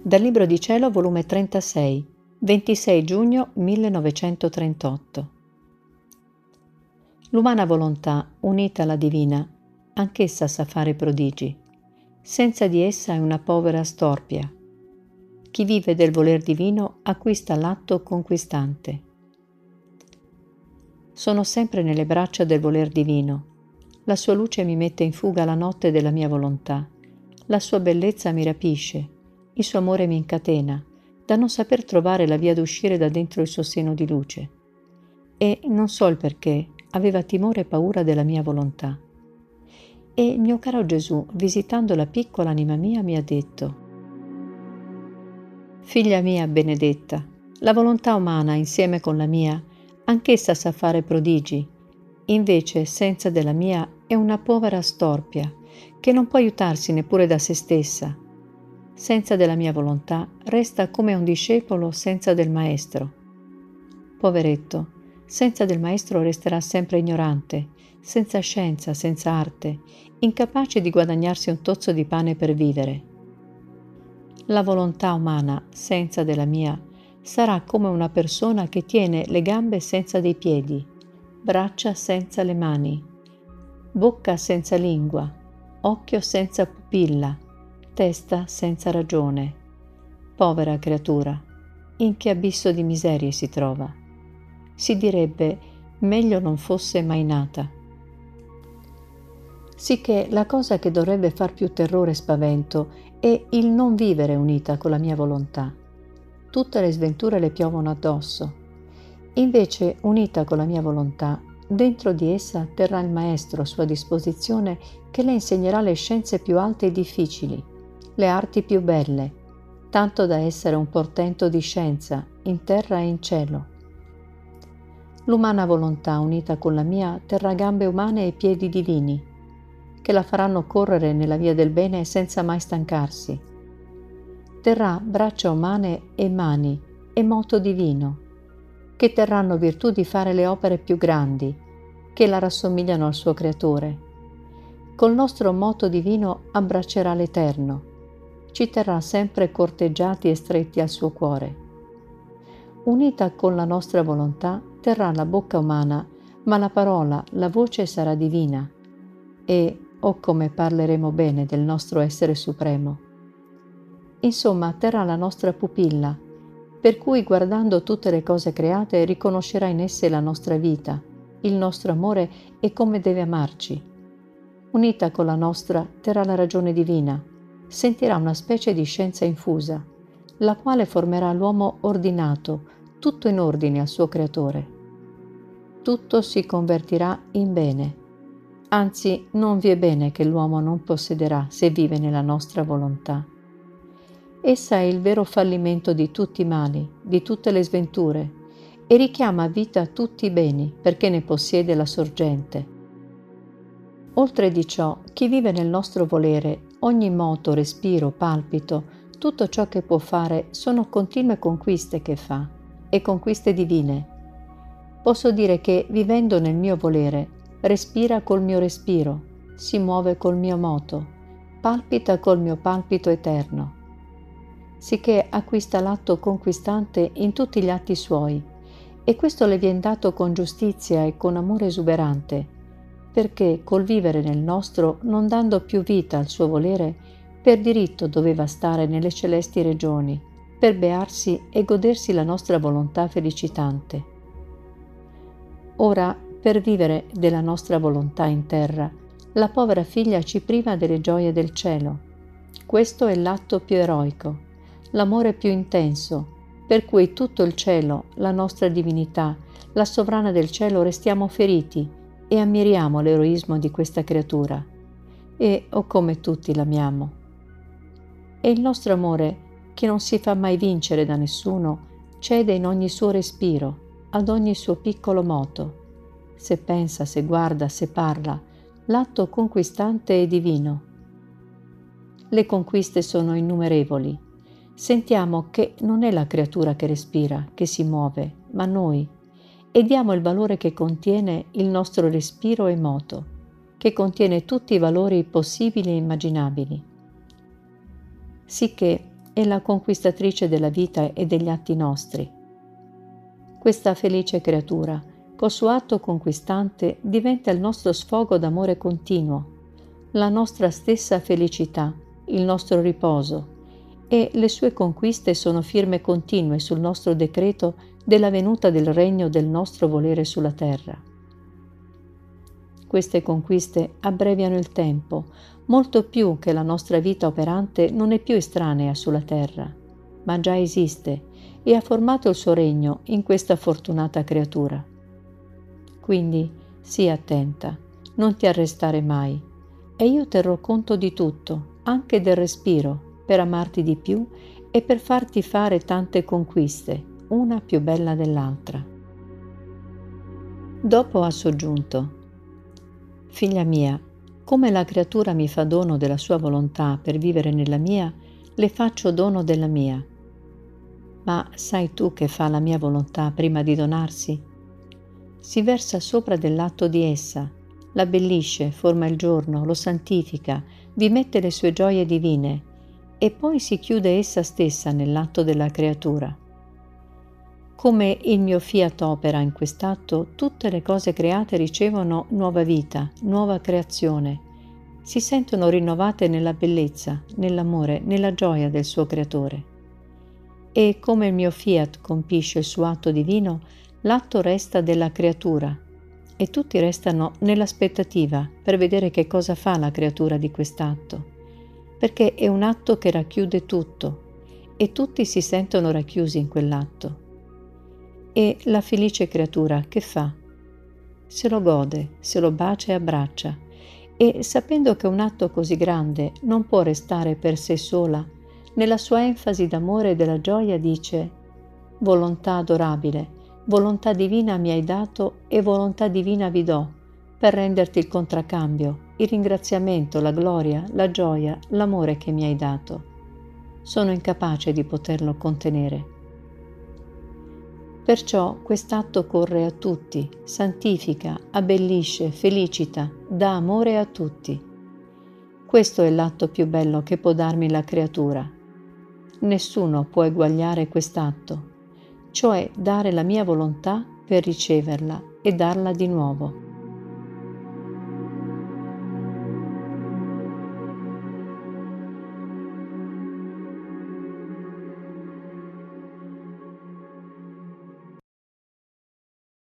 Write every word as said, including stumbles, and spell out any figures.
Dal Libro di Cielo, volume trentasei, ventisei giugno millenovecentotrentotto. L'umana volontà, unita alla divina, anch'essa sa fare prodigi. Senza di essa è una povera storpia. Chi vive del voler divino acquista l'atto conquistante. Sono sempre nelle braccia del voler divino. La sua luce mi mette in fuga la notte della mia volontà. La sua bellezza mi rapisce. Il suo amore mi incatena, da non saper trovare la via d'uscire da dentro il suo seno di luce. E non so il perché, aveva timore e paura della mia volontà. E il mio caro Gesù, visitando la piccola anima mia, mi ha detto: «Figlia mia benedetta, la volontà umana, insieme con la mia, anch'essa sa fare prodigi, invece senza della mia è una povera storpia, che non può aiutarsi neppure da se stessa. Senza della mia volontà resta come un discepolo senza del maestro. Poveretto, senza del maestro resterà sempre ignorante, senza scienza, senza arte, incapace di guadagnarsi un tozzo di pane per vivere. La volontà umana, senza della mia, sarà come una persona che tiene le gambe senza dei piedi, braccia senza le mani, bocca senza lingua, occhio senza pupilla, testa senza ragione. Povera creatura, in che abisso di miserie si trova. Si direbbe meglio non fosse mai nata. Sicché la cosa che dovrebbe far più terrore e spavento è il non vivere unita con la mia volontà. Tutte le sventure le piovono addosso. Invece, unita con la mia volontà, dentro di essa terrà il maestro a sua disposizione che le insegnerà le scienze più alte e difficili, le arti più belle, tanto da essere un portento di scienza in terra e in cielo. L'umana volontà unita con la mia terrà gambe umane e piedi divini, che la faranno correre nella via del bene senza mai stancarsi. Terrà braccia umane e mani e moto divino, che terranno virtù di fare le opere più grandi, che la rassomigliano al suo creatore. Col nostro moto divino abbraccerà l'Eterno, ci terrà sempre corteggiati e stretti al suo cuore. Unita con la nostra volontà terrà la bocca umana, ma la parola, la voce sarà divina. E, oh come parleremo bene del nostro essere supremo! Insomma, terrà la nostra pupilla, per cui guardando tutte le cose create riconoscerà in esse la nostra vita, il nostro amore e come deve amarci. Unita con la nostra terrà la ragione divina, sentirà una specie di scienza infusa, la quale formerà l'uomo ordinato, tutto in ordine al suo creatore. Tutto si convertirà in bene, anzi non vi è bene che l'uomo non possederà se vive nella nostra volontà. Essa è il vero fallimento di tutti i mali, di tutte le sventure, e richiama a vita tutti i beni perché ne possiede la sorgente. Oltre di ciò, chi vive nel nostro volere, ogni moto, respiro, palpito, tutto ciò che può fare sono continue conquiste che fa, e conquiste divine. Posso dire che, vivendo nel mio volere, respira col mio respiro, si muove col mio moto, palpita col mio palpito eterno, sicché acquista l'atto conquistante in tutti gli atti suoi, e questo le vien dato con giustizia e con amore esuberante, perché col vivere nel nostro, non dando più vita al suo volere, per diritto doveva stare nelle celesti regioni, per bearsi e godersi la nostra volontà felicitante. Ora, per vivere della nostra volontà in terra, la povera figlia ci priva delle gioie del cielo. Questo è l'atto più eroico, l'amore più intenso, per cui tutto il cielo, la nostra divinità, la sovrana del cielo, restiamo feriti e ammiriamo l'eroismo di questa creatura. E, oh come tutti l'amiamo. E il nostro amore, che non si fa mai vincere da nessuno, cede in ogni suo respiro, ad ogni suo piccolo moto. Se pensa, se guarda, se parla, l'atto conquistante è divino. Le conquiste sono innumerevoli. Sentiamo che non è la creatura che respira, che si muove, ma noi, e diamo il valore che contiene il nostro respiro e moto, che contiene tutti i valori possibili e immaginabili. Sicché è la conquistatrice della vita e degli atti nostri. Questa felice creatura, col suo atto conquistante, diventa il nostro sfogo d'amore continuo, la nostra stessa felicità, il nostro riposo, e le sue conquiste sono firme continue sul nostro decreto della venuta del regno del nostro volere sulla terra. Queste conquiste abbreviano il tempo, molto più che la nostra vita operante non è più estranea sulla terra, ma già esiste e ha formato il suo regno in questa fortunata creatura. Quindi sii attenta, non ti arrestare mai, e io terrò conto di tutto, anche del respiro, per amarti di più e per farti fare tante conquiste, una più bella dell'altra. Dopo ha soggiunto: Figlia mia, come la creatura mi fa dono della sua volontà per vivere nella mia, le faccio dono della mia. Ma sai tu che fa la mia volontà prima di donarsi? Si versa sopra dell'atto di essa, l'abbellisce, forma il giorno, lo santifica, vi mette le sue gioie divine, e poi si chiude essa stessa nell'atto della creatura. Come il mio fiat opera in quest'atto, tutte le cose create ricevono nuova vita, nuova creazione, si sentono rinnovate nella bellezza, nell'amore, nella gioia del suo creatore. E come il mio fiat compisce il suo atto divino, l'atto resta della creatura, e tutti restano nell'aspettativa per vedere che cosa fa la creatura di quest'atto, perché è un atto che racchiude tutto, e tutti si sentono racchiusi in quell'atto. E la felice creatura che fa? Se lo gode, se lo bacia e abbraccia, e sapendo che un atto così grande non può restare per sé sola, nella sua enfasi d'amore e della gioia dice: volontà adorabile, volontà divina mi hai dato e volontà divina vi do, per renderti il contraccambio, il ringraziamento, la gloria, la gioia, l'amore che mi hai dato. Sono incapace di poterlo contenere. Perciò quest'atto corre a tutti, santifica, abbellisce, felicita, dà amore a tutti. Questo è l'atto più bello che può darmi la creatura. Nessuno può eguagliare quest'atto, cioè dare la mia volontà per riceverla e darla di nuovo.